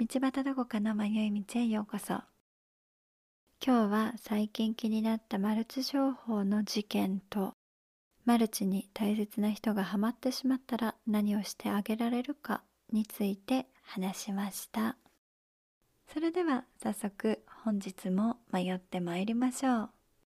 道端どこかの迷い道へようこそ。今日は最近気になったマルチ商法の事件と、マルチに大切な人がハマってしまったら何をしてあげられるかについて話しました。それでは早速本日も迷ってまいりましょう。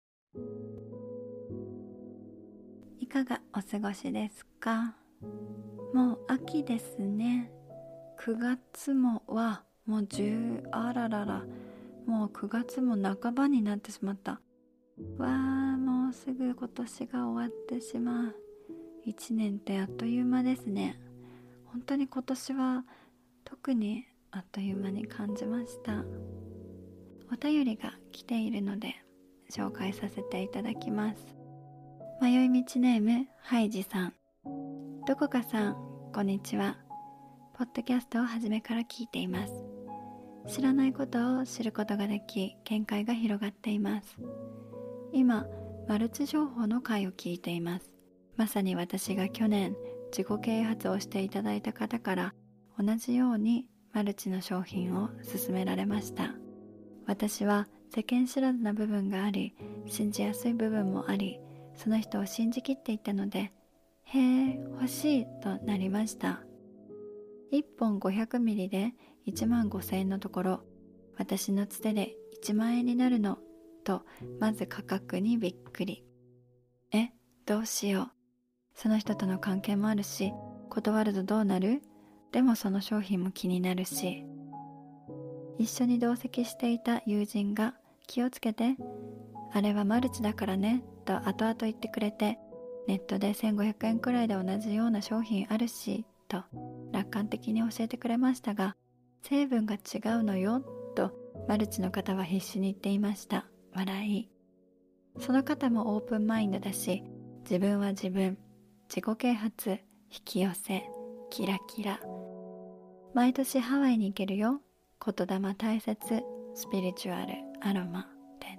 いかがお過ごしですか？もう秋ですね。9月ももうあららら、もう9月も半ばになってしまった。もうすぐ今年が終わってしまう。1年ってあっという間ですね。本当に今年は特にあっという間に感じました。お便りが来ているので紹介させていただきます。迷い道ネームハイジさん。どこかさん、こんにちは。ポッドキャストを初めから聞いています。知らないことを知ることができ、見解が広がっています。今、マルチ商法の回を聞いています。まさに私が去年自己啓発をしていただいた方から同じようにマルチの商品を勧められました。私は世間知らずな部分があり、信じやすい部分もあり、その人を信じきっていたので、へえ、欲しいとなりました。1本500ミリで1万5,000円のところ、私のつてで1万円になるのと、まず価格にびっくり。どうしよう。その人との関係もあるし、断るとどうなる？でもその商品も気になるし。一緒に同席していた友人が、気をつけて、あれはマルチだからねと後々言ってくれて、ネットで1500円くらいで同じような商品あるしと楽観的に教えてくれましたが、成分が違うのよとマルチの方は必死に言っていました。笑い。その方もオープンマインドだし、自分は自分、自己啓発、引き寄せ、キラキラ。毎年ハワイに行けるよ。言霊大切、スピリチュアル、アロマ、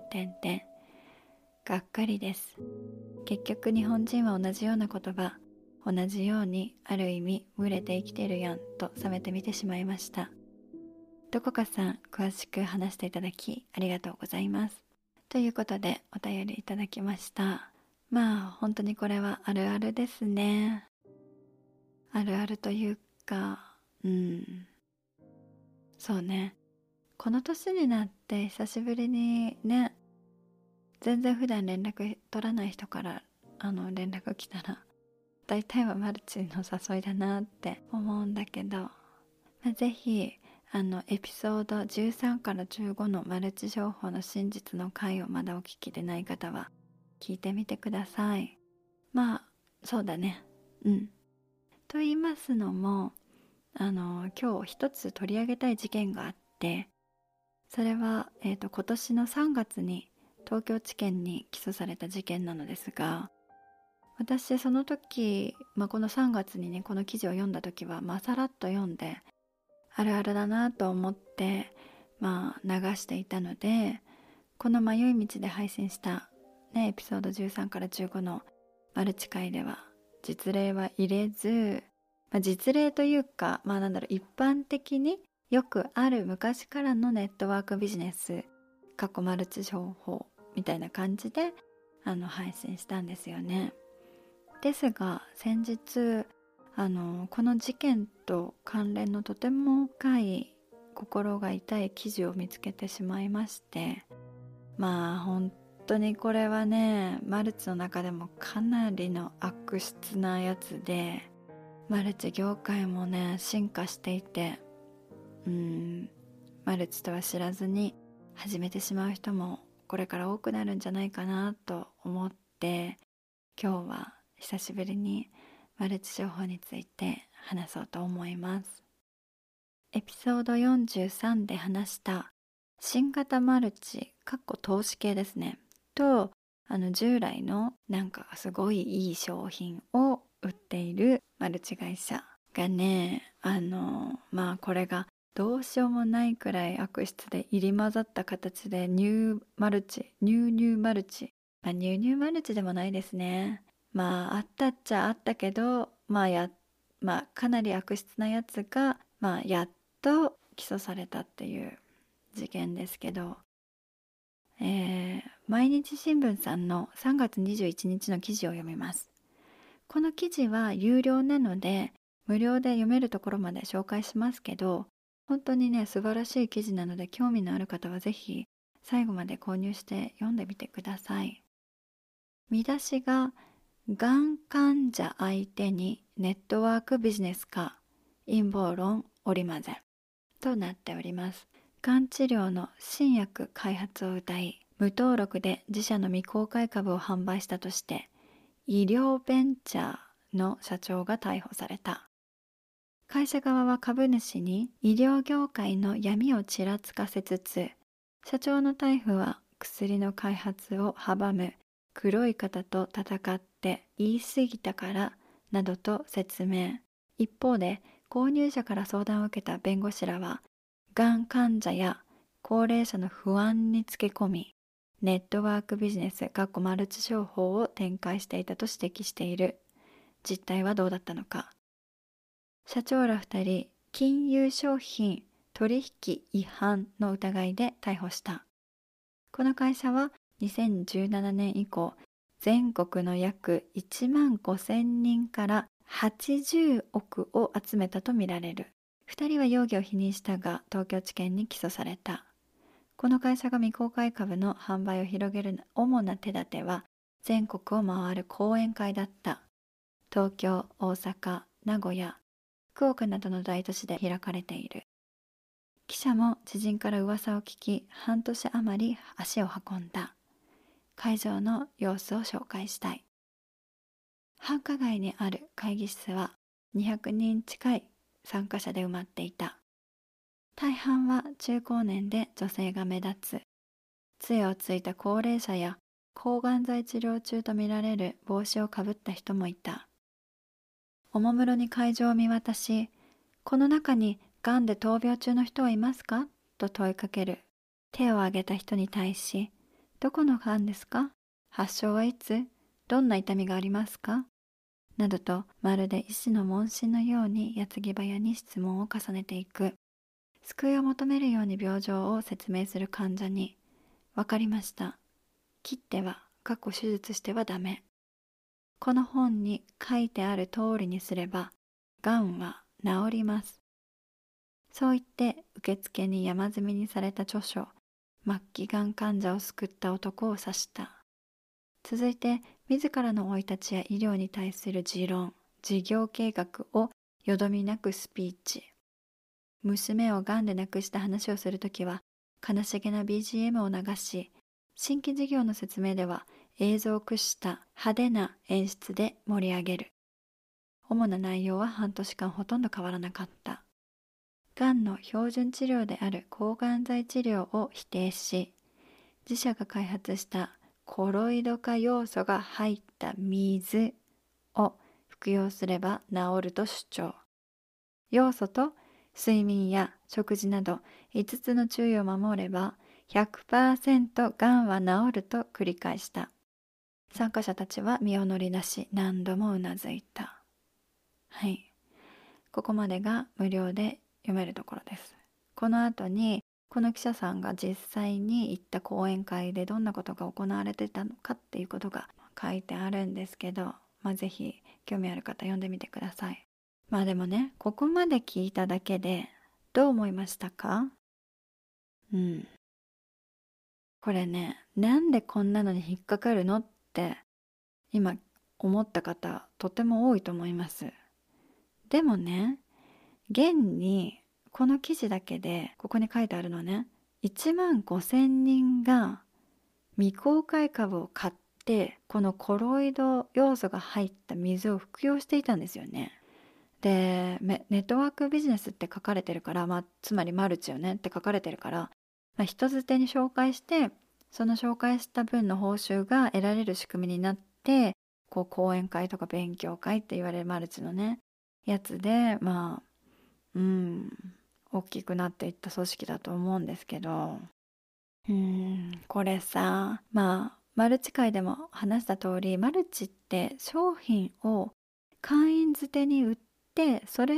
がっかりです。結局日本人は同じような言葉、同じようにある意味群れて生きてるやんと冷めてみてしまいました。どこかさん、詳しく話していただきありがとうございます。ということでお便りいただきました。本当にこれはあるあるですね。あるあるというか、そうね。この年になって久しぶりにね、全然普段連絡取らない人から連絡来たら、大体はマルチの誘いだなって思うんだけど、ぜひエピソード13から15のマルチ商法の真実の回をまだお聞きでない方は聞いてみてください。そうだね。と言いますのも、今日一つ取り上げたい事件があって、それは、今年の3月に東京地検に起訴された事件なのですが、私その時、この3月にね、この記事を読んだ時は、さらっと読んで、あるあるだなと思って、流していたので、この迷い道で配信した、エピソード13から15のマルチ会では、実例は入れず、実例というか、一般的によくある昔からのネットワークビジネス、マルチ商法みたいな感じで配信したんですよね。ですが先日この事件と関連のとても深い心が痛い記事を見つけてしまいまして、本当にこれはね、マルチの中でもかなりの悪質なやつで、マルチ業界もね進化していて、マルチとは知らずに始めてしまう人もこれから多くなるんじゃないかなと思って、今日は久しぶりにマルチ商法について話そうと思います。エピソード43で話した新型マルチ投資系ですねと、従来のすごいいい商品を売っているマルチ会社がね、これがどうしようもないくらい悪質で入り混ざった形でニューマルチニューマルチマルチでもないですね。あったっちゃあったけど、かなり悪質なやつが、やっと起訴されたっていう事件ですけど、毎日新聞さんの3月21日の記事を読みます。この記事は有料なので無料で読めるところまで紹介しますけど、本当にね素晴らしい記事なので、興味のある方はぜひ最後まで購入して読んでみてください。見出しが、がん患者相手にネットワークビジネス化、陰謀論織り交ぜとなっております。がん治療の新薬開発を謳い、無登録で自社の未公開株を販売したとして医療ベンチャーの社長が逮捕された。会社側は株主に医療業界の闇をちらつかせつつ、社長の逮捕は薬の開発を阻む黒い方と戦って言い過ぎたからなどと説明。一方で購入者から相談を受けた弁護士らは、がん患者や高齢者の不安につけ込み、ネットワークビジネスマルチ商法を展開していたと指摘している。実態はどうだったのか。社長ら2人、金融商品取引違反の疑いで逮捕した。この会社は2017年以降、全国の約1万5000人から80億を集めたとみられる。2人は容疑を否認したが、東京地検に起訴された。この会社が未公開株の販売を広げる主な手立ては、全国を回る講演会だった。東京、大阪、名古屋、福岡などの大都市で開かれている。記者も知人から噂を聞き、半年余り足を運んだ。会場の様子を紹介したい。繁華街にある会議室は200人近い参加者で埋まっていた。大半は中高年で女性が目立つ。杖をついた高齢者や抗がん剤治療中とみられる帽子をかぶった人もいた。おもむろに会場を見渡し、この中にがんで闘病中の人はいますかと問いかける。手を挙げた人に対し、どこのがんですか？発症はいつ？どんな痛みがありますか？などと、まるで医師の問診のように矢継ぎ早に質問を重ねていく。救いを求めるように病状を説明する患者に、わかりました。切っては、手術してはダメ。この本に書いてある通りにすれば、がんは治ります。そう言って受付に山積みにされた著書、末期がん患者を救った男を指した。続いて、自らの生い立ちや医療に対する持論、事業計画をよどみなくスピーチ。娘をがんで亡くした話をするときは、悲しげな BGM を流し、新規事業の説明では映像を駆使した派手な演出で盛り上げる。主な内容は半年間ほとんど変わらなかった。がんの標準治療である抗がん剤治療を否定し、自社が開発したコロイド化要素が入った水を服用すれば治ると主張。要素と睡眠や食事など5つの注意を守れば 100% がんは治ると繰り返した。参加者たちは身を乗り出し何度もうなずいた。はい。ここまでが無料で読めるところです。この後にこの記者さんが実際に行った講演会でどんなことが行われてたのかっていうことが書いてあるんですけど、ぜひ興味ある方読んでみてください。でもね、ここまで聞いただけでどう思いましたか？これね、なんでこんなのに引っかかるのって今思った方とても多いと思います。でもね、現にこの記事だけでここに書いてあるのはね、1万5000人が未公開株を買ってこのコロイド要素が入った水を服用していたんですよね。で、ネットワークビジネスって書かれてるから、つまりマルチよねって書かれてるから、人づてに紹介して、その紹介した分の報酬が得られる仕組みになって、講演会とか勉強会って言われるマルチのね、やつで、大きくなっていった組織だと思うんですけど、これさ、マルチ会でも話した通り、マルチって商品を会員づてに売って、それで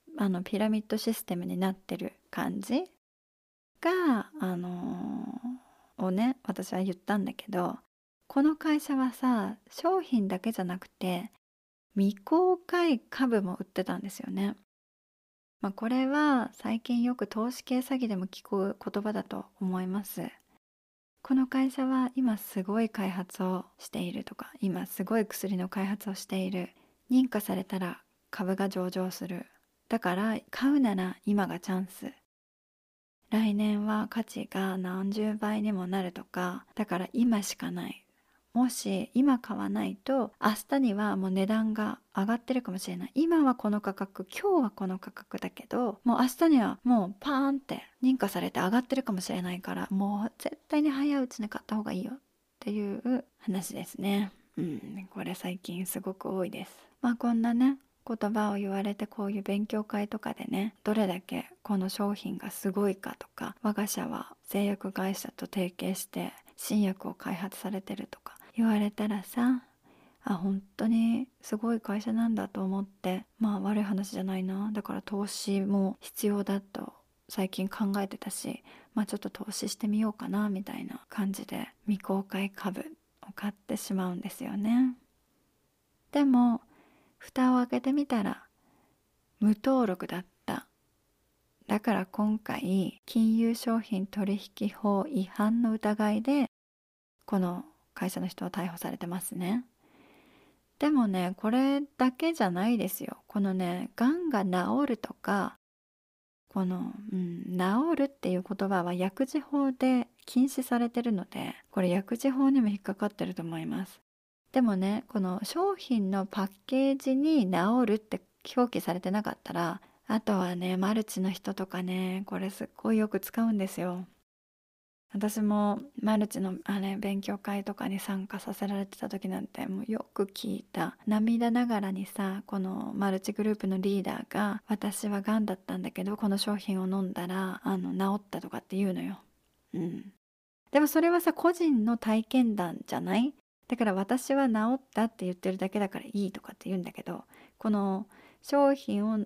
ピラミッドシステムになってる感じがをね私は言ったんだけど、この会社はさ商品だけじゃなくて未公開株も売ってたんですよね。これは最近よく投資系詐欺でも聞く言葉だと思います。この会社は今すごい開発をしているとか、今すごい薬の開発をしている。認可されたら株が上場する。だから買うなら今がチャンス。来年は価値が何十倍にもなるとか、だから今しかない。もし今買わないと明日にはもう値段が上がってるかもしれない。今はこの価格、今日はこの価格だけど、もう明日にはもうパーンって認可されて上がってるかもしれないから、もう絶対に早いうちに買った方がいいよっていう話ですね。これ最近すごく多いです。こんなね言葉を言われて、こういう勉強会とかでね、どれだけこの商品がすごいかとか、我が社は製薬会社と提携して新薬を開発されてるとか言われたらさ、本当にすごい会社なんだと思って、悪い話じゃないな、だから投資も必要だと最近考えてたし、ちょっと投資してみようかなみたいな感じで未公開株を買ってしまうんですよね。でも蓋を開けてみたら無登録だった。だから今回金融商品取引法違反の疑いでこの会社の人は逮捕されてますね。でもね、これだけじゃないですよ。このね、がんが治るとか、この、治るっていう言葉は薬事法で禁止されてるので、これ薬事法にも引っかかってると思います。でもね、この商品のパッケージに治るって表記されてなかったら、あとはね、マルチの人とかね、これすっごいよく使うんですよ。私もマルチの勉強会とかに参加させられてた時なんてもうよく聞いた。涙ながらにさ、このマルチグループのリーダーが、私はがんだったんだけどこの商品を飲んだら治ったとかって言うのよ。でもそれはさ、個人の体験談じゃない？だから私は治ったって言ってるだけだからいいとかって言うんだけど、この商品を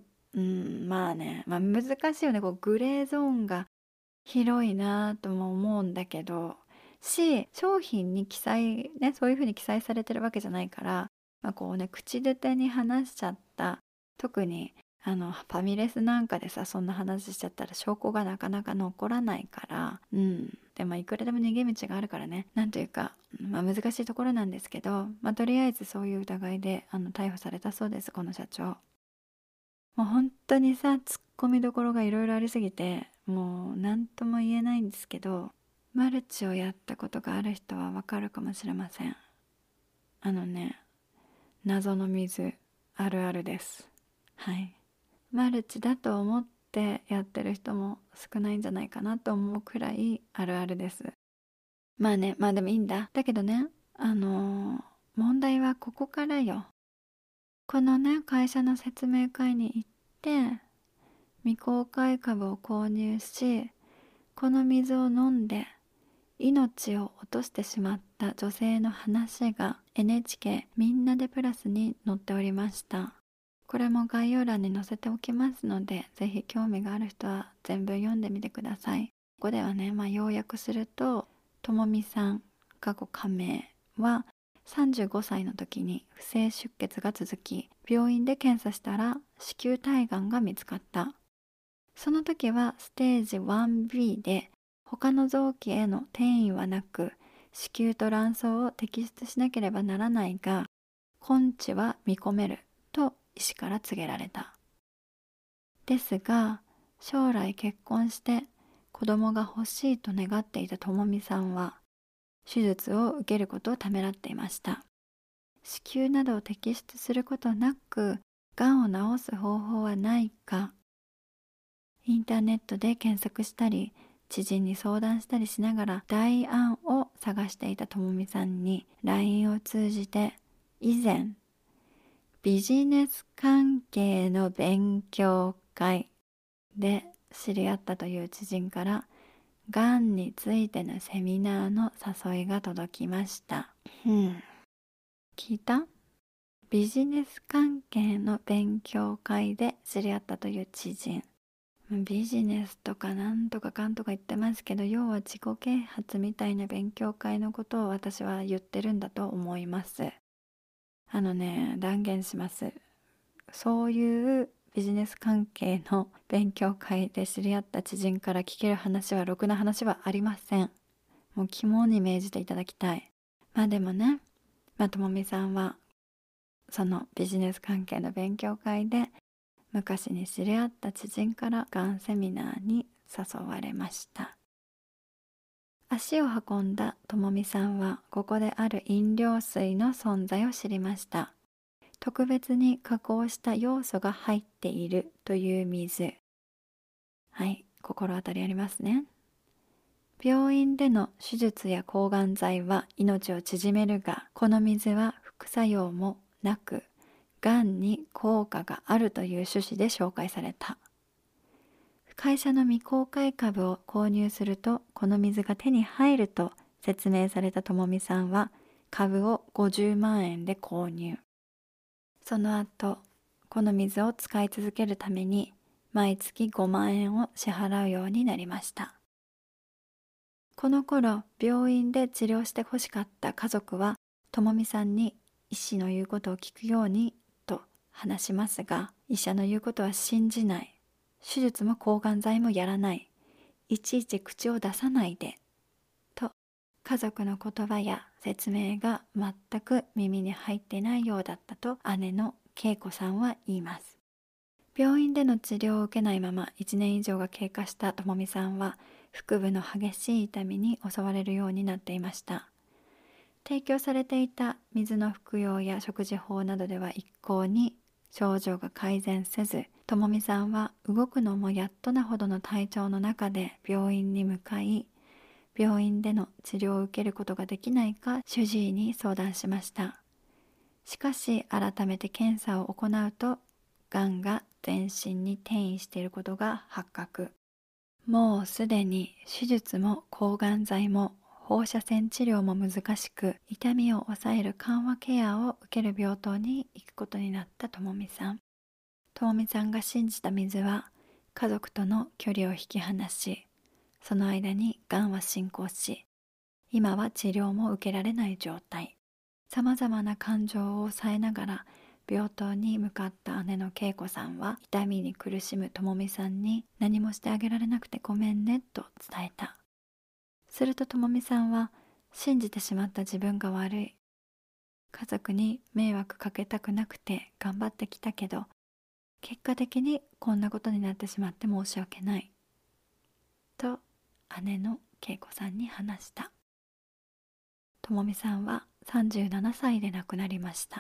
難しいよね。こうグレーゾーンが広いなとも思うんだけど、商品に記載ね、そういうふうに記載されてるわけじゃないから、こうね、口づてに話しちゃった、特にファミレスなんかでさ、そんな話しちゃったら証拠がなかなか残らないから、でいくらでも逃げ道があるからね、なんというか、難しいところなんですけど、とりあえずそういう疑いで逮捕されたそうです、この社長。もう本当にさ、ツッコミどころがいろいろありすぎて、もう何とも言えないんですけど、マルチをやったことがある人はわかるかもしれません。謎の水あるあるです。はい。マルチだと思ってやってる人も少ないんじゃないかなと思うくらいあるあるです。でもいいんだ。だけどね、問題はここからよ。このね、会社の説明会に行って、未公開株を購入し、この水を飲んで命を落としてしまった女性の話が NHK みんなでプラスに載っておりました。これも概要欄に載せておきますので、ぜひ興味がある人は全文読んでみてください。ここではね、要約すると、ともみさん仮名は35歳の時に不正出血が続き、病院で検査したら子宮体がんが見つかった。その時はステージ 1B で他の臓器への転移はなく、子宮と卵巣を摘出しなければならないが、根治は見込めると医師から告げられた。ですが、将来結婚して子供が欲しいと願っていたともみさんは、手術を受けることをためらっていました。子宮などを摘出することなく、がんを治す方法はないか、インターネットで検索したり、知人に相談したりしながら代案を探していたともみさんに LINE を通じて、以前ビジネス関係の勉強会で知り合ったという知人からがんについてのセミナーの誘いが届きました。聞いた？ ビジネス関係の勉強会で知り合ったという知人。ビジネスとかなんとかかんとか言ってますけど、要は自己啓発みたいな勉強会のことを私は言ってるんだと思います。断言します。そういうビジネス関係の勉強会で知り合った知人から聞ける話はろくな話はありません。もう肝に銘じていただきたい。でもね、ともみさんはそのビジネス関係の勉強会で昔に知り合った知人からがんセミナーに誘われました。足を運んだともみさんはここである飲料水の存在を知りました。特別に加工した要素が入っているという水。はい、心当たりありますね。病院での手術や抗がん剤は命を縮めるが、この水は副作用もなく、がんに効果があるという趣旨で紹介された。会社の未公開株を購入すると、この水が手に入ると説明されたともみさんは、株を50万円で購入。その後、この水を使い続けるために、毎月5万円を支払うようになりました。この頃、病院で治療してほしかった家族は、ともみさんに医師の言うことを聞くようにと話しますが、医者の言うことは信じない。手術も抗がん剤もやらない。いちいち口を出さないで。と、家族の言葉や説明が全く耳に入ってないようだったと姉の恵子さんは言います。病院での治療を受けないまま1年以上が経過したともみさんは、腹部の激しい痛みに襲われるようになっていました。提供されていた水の服用や食事法などでは一向に症状が改善せず、ともみさんは動くのもやっとなほどの体調の中で病院に向かい、病院での治療を受けることができないか主治医に相談しました。しかし改めて検査を行うと、がんが全身に転移していることが発覚。もうすでに手術も抗がん剤も放射線治療も難しく、痛みを抑える緩和ケアを受ける病棟に行くことになったともみさん。ともみさんが信じた水は家族との距離を引き離し、その間にがんは進行し、今は治療も受けられない状態。さまざまな感情を抑えながら病棟に向かった姉の恵子さんは、痛みに苦しむともみさんに何もしてあげられなくてごめんねと伝えた。するとともみさんは、信じてしまった自分が悪い。家族に迷惑かけたくなくて頑張ってきたけど、結果的にこんなことになってしまって申し訳ない。と姉の恵子さんに話した。ともみさんは37歳で亡くなりました。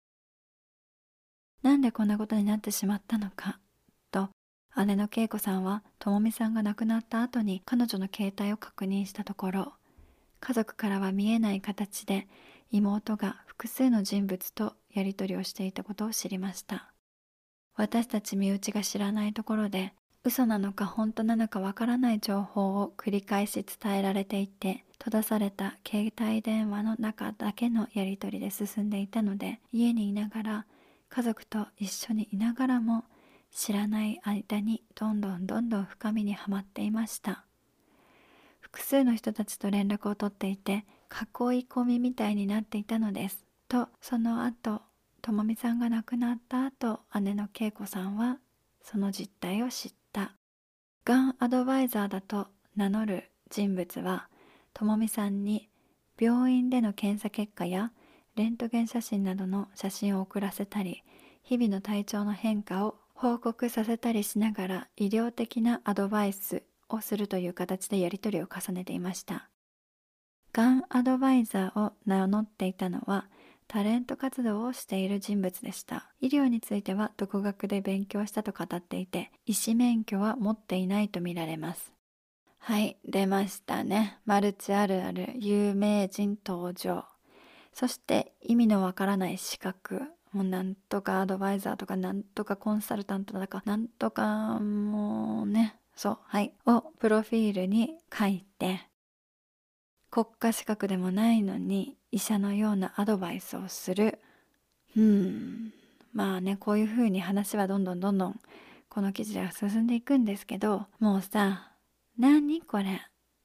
なんでこんなことになってしまったのかと、姉の恵子さんはともみさんが亡くなった後に彼女の携帯を確認したところ、家族からは見えない形で妹が複数の人物とやり取りをしていたことを知りました。私たち身内が知らないところで、嘘なのか本当なのかわからない情報を繰り返し伝えられていて、閉ざされた携帯電話の中だけのやり取りで進んでいたので、家にいながら家族と一緒にいながらも知らない間にどんどん深みにはまっていました。複数の人たちと連絡を取っていて、囲い込みみたいになっていたのです。と、その後、ともみさんが亡くなった後、姉の恵子さんはその実態を知った。がんアドバイザーだと名乗る人物は、ともみさんに病院での検査結果やレントゲン写真などの写真を送らせたり、日々の体調の変化を報告させたりしながら医療的なアドバイスをするという形でやり取りを重ねていました。がんアドバイザーを名乗っていたのはタレント活動をしている人物でした。医療については独学で勉強したと語っていて、医師免許は持っていないとみられます。はい、出ましたね。マルチあるある有名人登場。そして意味のわからない資格。もうなんとかアドバイザーとかなんとかコンサルタントだかなんとかもうね、そうはいをプロフィールに書いて、国家資格でもないのに医者のようなアドバイスをする。 まあね、こういう風に話はどんどんこの記事では進んでいくんですけど、もうさ、何これ、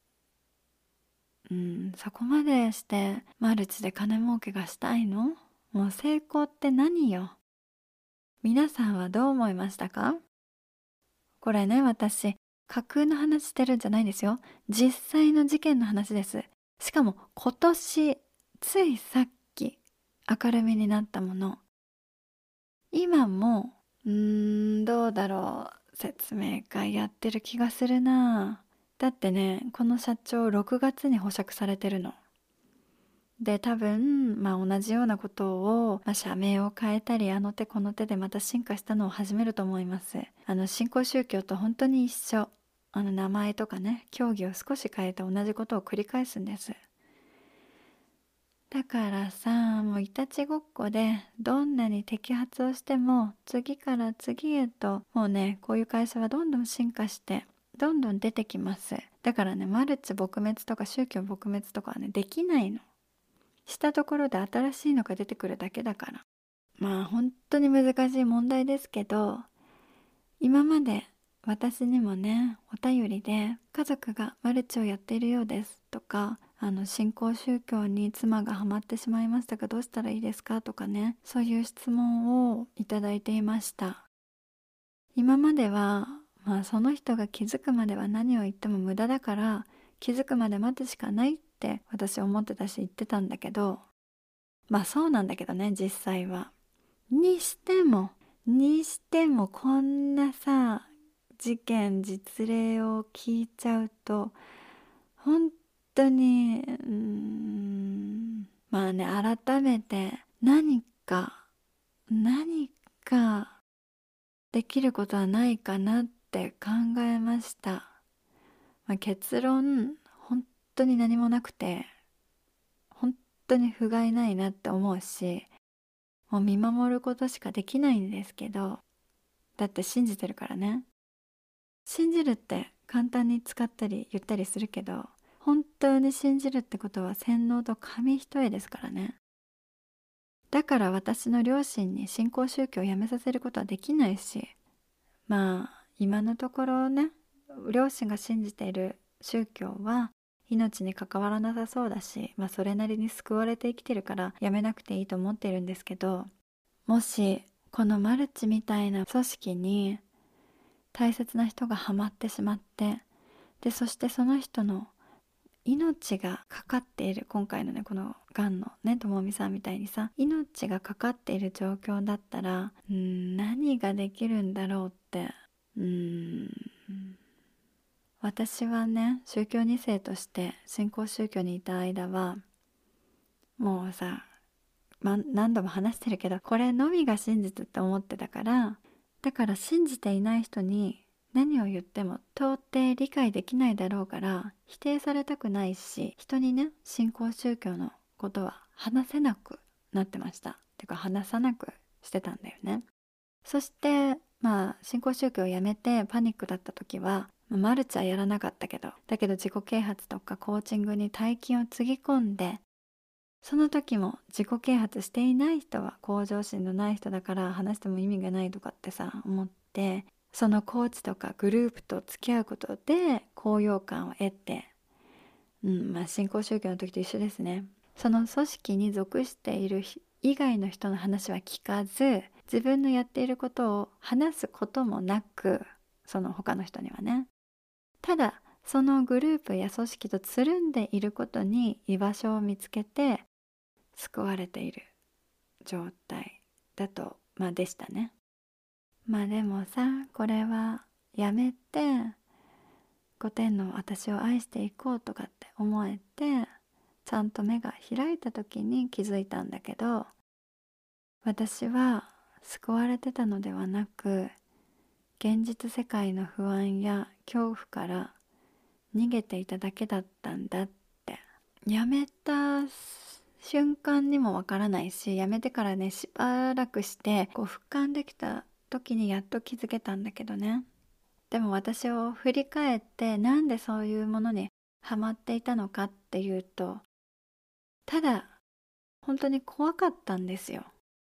そこまでしてマルチで金儲けがしたいの？もう成功って何よ。皆さんはどう思いましたか？これね、私架空の話してるんじゃないですよ。実際の事件の話です。しかも今年ついさっき明るみになったもの。今もどうだろう、説明会やってる気がするな。だってね、この社長6月に保釈されてるので、多分同じようなことを、社名を変えたりあの手この手でまた進化したのを始めると思います。新興宗教と本当に一緒。名前とかね、教義を少し変えて同じことを繰り返すんです。だからさ、もういたちごっこでどんなに摘発をしても次から次へと、もうね、こういう会社はどんどん進化してどんどん出てきます。だからね、マルチ撲滅とか宗教撲滅とかはね、できないの。したところで新しいのが出てくるだけだから。本当に難しい問題ですけど、今まで私にもね、お便りで家族がマルチをやっているようですとか、新興宗教に妻がハマってしまいましたがどうしたらいいですかとかね、そういう質問をいただいていました。今まではその人が気づくまでは何を言っても無駄だから、気づくまで待つしかないって私思ってたし言ってたんだけど、そうなんだけどね、実際は。にしてもこんなさ、事件実例を聞いちゃうと本当に改めて何かできることはないかなって考えました。結論本当に何もなくて、本当に不甲斐ないなって思うし、もう見守ることしかできないんですけど、だって信じてるからね。信じるって簡単に使ったり言ったりするけど、本当に信じるってことは洗脳と紙一重ですからね。だから私の両親に新興宗教をやめさせることはできないし、今のところね、両親が信じている宗教は命に関わらなさそうだし、それなりに救われて生きてるからやめなくていいと思ってるんですけど、もしこのマルチみたいな組織に大切な人がハマってしまって、でそしてその人の命がかかっている、今回のね、このがんのね、ともみさんみたいにさ、命がかかっている状況だったら何ができるんだろうって。私はね、宗教2世として新興宗教にいた間はもうさ、何度も話してるけど、これのみが真実って思ってたから、だから信じていない人に何を言っても到底理解できないだろうから、否定されたくないし、人にね、新興宗教のことは話せなくなってました。てか話さなくしてたんだよね。そして新興宗教をやめてパニックだった時は、マルチはやらなかったけど、だけど自己啓発とかコーチングに大金をつぎ込んで、その時も自己啓発していない人は向上心のない人だから話しても意味がないとかってさ思って、そのコーチとかグループと付き合うことで高揚感を得て、新興宗教の時と一緒ですね。その組織に属している以外の人の話は聞かず、自分のやっていることを話すこともなく、その他の人にはね、ただそのグループや組織とつるんでいることに居場所を見つけて救われている状態だとでしたね。でもさ、これはやめて御天の私を愛していこうとかって思えて、ちゃんと目が開いた時に気づいたんだけど、私は救われてたのではなく、現実世界の不安や恐怖から逃げていただけだったんだって。やめた瞬間にもわからないし、やめてからね、しばらくして俯瞰できた時にやっと気づけたんだけどね。でも私を振り返って、なんでそういうものにハマっていたのかっていうと、ただ本当に怖かったんですよ。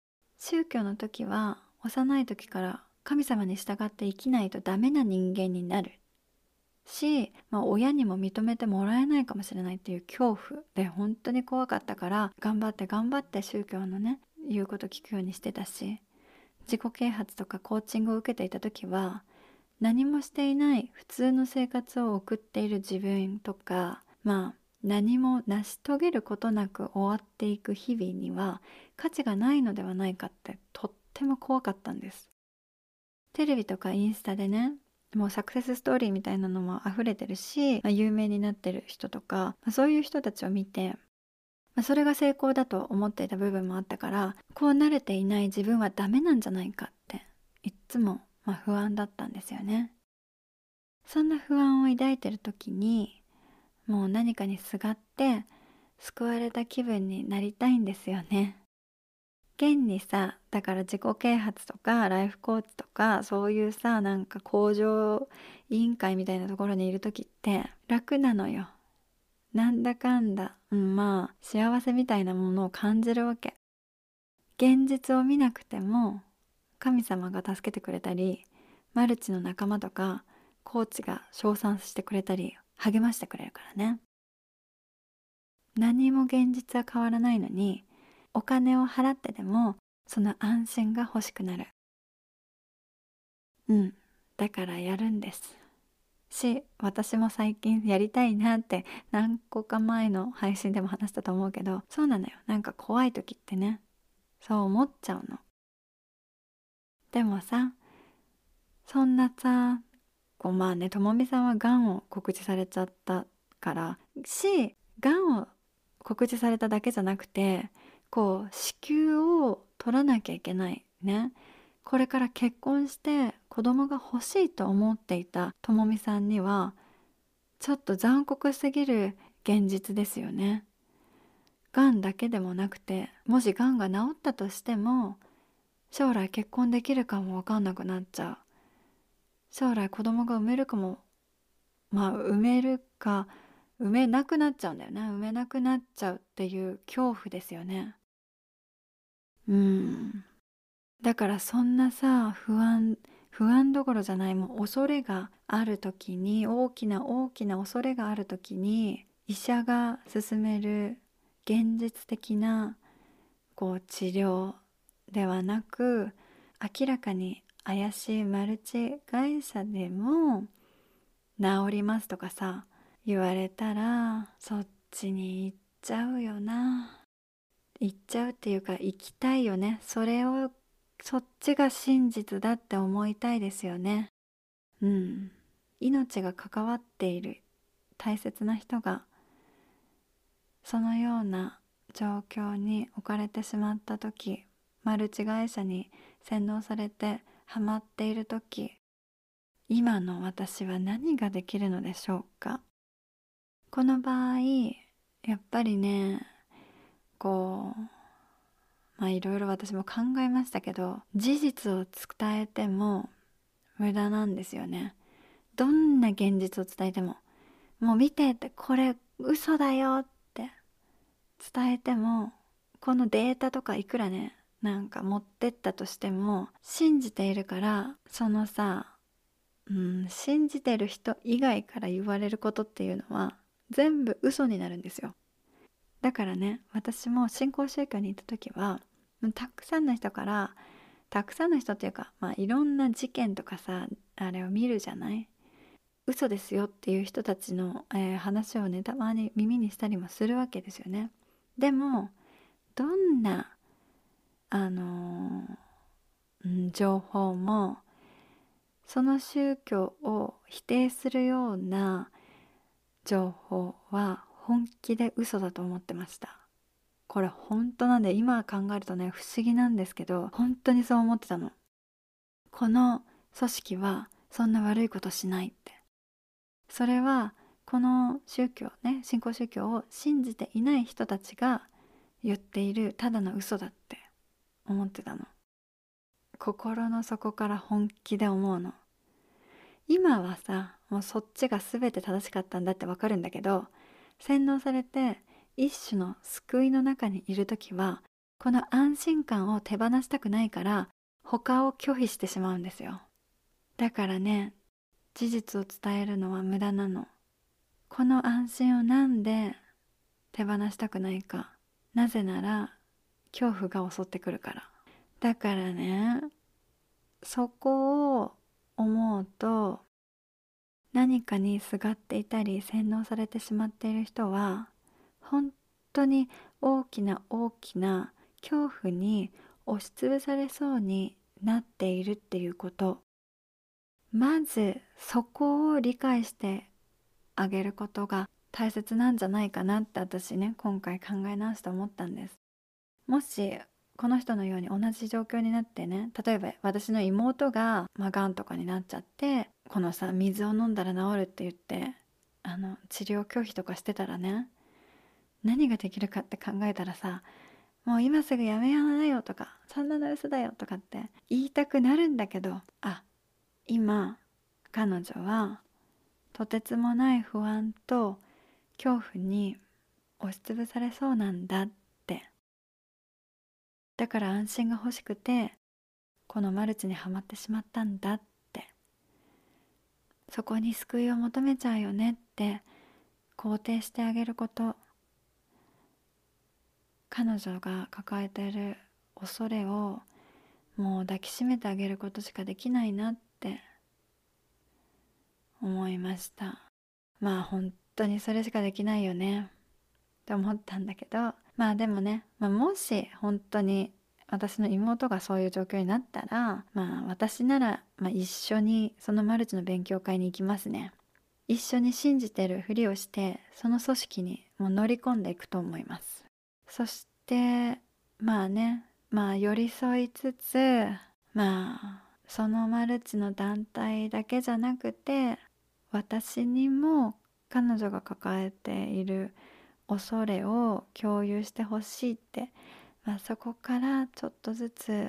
宗教の時は幼い時から神様に従って生きないとダメな人間になるし、親にも認めてもらえないかもしれないっていう恐怖で本当に怖かったから、頑張って宗教のね言うこと聞くようにしてたし、自己啓発とかコーチングを受けていた時は何もしていない普通の生活を送っている自分とか、何も成し遂げることなく終わっていく日々には価値がないのではないかってとっても怖かったんです。テレビとかインスタでね、もうサクセスストーリーみたいなのも溢れてるし、有名になってる人とか、そういう人たちを見て、それが成功だと思っていた部分もあったから、こう慣れていない自分はダメなんじゃないかっていっつも不安だったんですよね。そんな不安を抱いてる時に、もう何かにすがって救われた気分になりたいんですよね。現にさ、だから自己啓発とかライフコーチとかそういうさ、なんか向上委員会みたいなところにいる時って楽なのよ。なんだかんだ、幸せみたいなものを感じるわけ。現実を見なくても神様が助けてくれたり、マルチの仲間とかコーチが称賛してくれたり励ましてくれるからね。何も現実は変わらないのに、お金を払ってでもその安心が欲しくなる。だからやるんですし、私も最近やりたいなって何個か前の配信でも話したと思うけど、そうなのよ。なんか怖い時ってね、そう思っちゃうの。でもさ、そんなさ、ともみさんはがんを告知されちゃったからし、がんを告知されただけじゃなくて、子宮を取らなきゃいけないね。これから結婚して子供が欲しいと思っていたともみさんにはちょっと残酷すぎる現実ですよね。がんだけでもなくて、もしがんが治ったとしても将来結婚できるかも分かんなくなっちゃう。将来子供が産めるかも、産めるか産めなくなっちゃうんだよね。産めなくなっちゃうっていう恐怖ですよね。だからそんなさ、不安どころじゃない、もう恐れがある時に、大きな恐れがある時に、医者が勧める現実的な治療ではなく、明らかに怪しいマルチ会社でも治りますとかさ言われたら、そっちに行っちゃうよな。行っちゃうっていうか行きたいよね。そっちが真実だって思いたいですよね。命が関わっている大切な人がそのような状況に置かれてしまった時、マルチ会社に洗脳されてハマっている時、今の私は何ができるのでしょうか。この場合やっぱりね、いろいろ私も考えましたけど、事実を伝えても無駄なんですよね。どんな現実を伝えても、もう見てって、これ嘘だよって伝えても、このデータとかいくらねなんか持ってったとしても信じているから、そのさ、信じてる人以外から言われることっていうのは全部嘘になるんですよ。だからね、私も新興宗教に行った時はたくさんの人っていうか、いろんな事件とかさ、あれを見るじゃない。嘘ですよっていう人たちの、話をねたまに耳にしたりもするわけですよね。でもどんな情報もその宗教を否定するような情報は本気で嘘だと思ってました。これ本当なんで、今考えるとね不思議なんですけど、本当にそう思ってたの。この組織はそんな悪いことしないって。それはこの宗教ね、新興宗教を信じていない人たちが言っているただの嘘だって思ってたの。心の底から本気で思うの。今はさ、もうそっちが全て正しかったんだってわかるんだけど、洗脳されて一種の救いの中にいるときはこの安心感を手放したくないから他を拒否してしまうんですよ。だからね、事実を伝えるのは無駄なの。この安心をなんで手放したくないか。なぜなら恐怖が襲ってくるから。だからね、そこを思うと、何かにすがっていたり洗脳されてしまっている人は本当に大きな大きな恐怖に押しつぶされそうになっているっていうこと、まずそこを理解してあげることが大切なんじゃないかなって私ね、今回考え直して思ったんです。もしこの人のように同じ状況になってね、例えば私の妹が、がんとかになっちゃって、このさ、水を飲んだら治るって言って治療拒否とかしてたらね、何ができるかって考えたらさ、もう今すぐやめようなよとか、そんなの嘘だよとかって言いたくなるんだけど、今彼女はとてつもない不安と恐怖に押しつぶされそうなんだって。だから安心が欲しくてこのマルチにはまってしまったんだって。そこに救いを求めちゃうよねって肯定してあげること。彼女が抱えている恐れをもう抱きしめてあげることしかできないなって思いました。本当にそれしかできないよねって思ったんだけど、でもね、もし本当に私の妹がそういう状況になったら、私なら、一緒にそのマルチの勉強会に行きますね。一緒に信じてるふりをしてその組織にもう乗り込んでいくと思います。そして寄り添いつつ、そのマルチの団体だけじゃなくて、私にも彼女が抱えている恐れを共有してほしいって、そこからちょっとずつ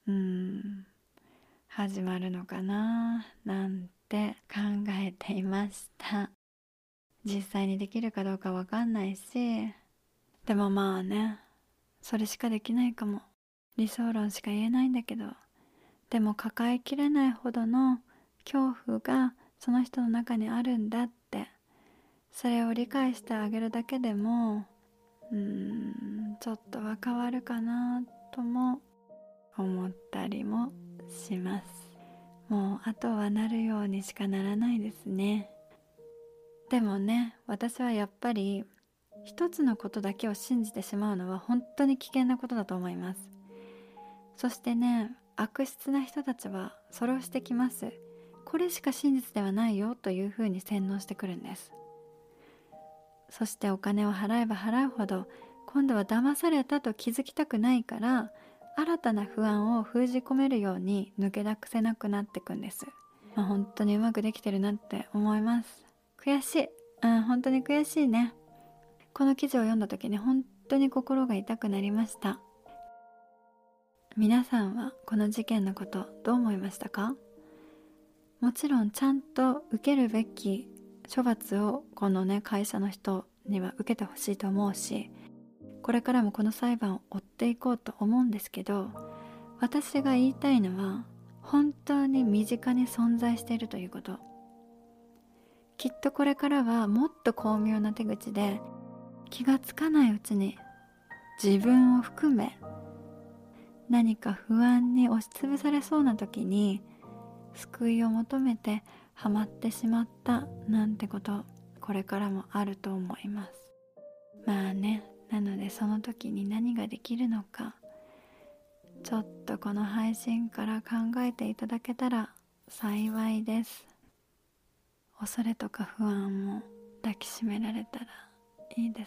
始まるのかななんて考えていました。実際にできるかどうかわかんないし、でもそれしかできないかも。理想論しか言えないんだけど、でも抱えきれないほどの恐怖がその人の中にあるんだって、それを理解してあげるだけでもちょっとは変わるかなとも思ったりもします。もうあとはなるようにしかならないですね。でもね、私はやっぱり一つのことだけを信じてしまうのは本当に危険なことだと思います。そしてね、悪質な人たちはそれをしてきます。これしか真実ではないよというふうに洗脳してくるんです。そしてお金を払えば払うほど今度は騙されたと気づきたくないから、新たな不安を封じ込めるように抜け出せなくなってくんです。本当にうまくできてるなって思います。悔しい。本当に悔しいね。この記事を読んだ時に本当に心が痛くなりました。皆さんはこの事件のことどう思いましたか？もちろんちゃんと受けるべき処罰をこのね、会社の人には受けてほしいと思うし、これからもこの裁判を追っていこうと思うんですけど、私が言いたいのは本当に身近に存在しているということ。きっとこれからはもっと巧妙な手口で、気がつかないうちに自分を含め何か不安に押しつぶされそうな時に救いを求めてハマってしまったなんてこと、これからもあると思います。なのでその時に何ができるのか、ちょっとこの配信から考えていただけたら幸いです。恐れとか不安も抱きしめられたらいいです。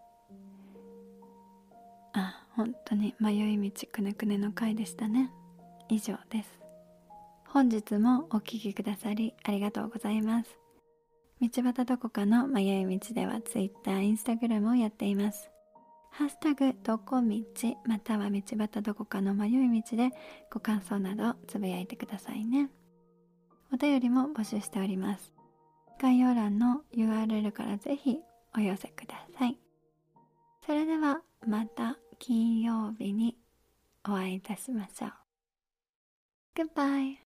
本当に迷い道くねくねの回でしたね。以上です。本日もお聞きくださりありがとうございます。道端どこかの迷い道では Twitter、Instagram をやっています。ハッシュタグどこ道または道端どこかの迷い道でご感想などつぶやいてくださいね。お便りも募集しております。概要欄の URL からぜひお寄せください。それではまた金曜日にお会いいたしましょう。Goodbye!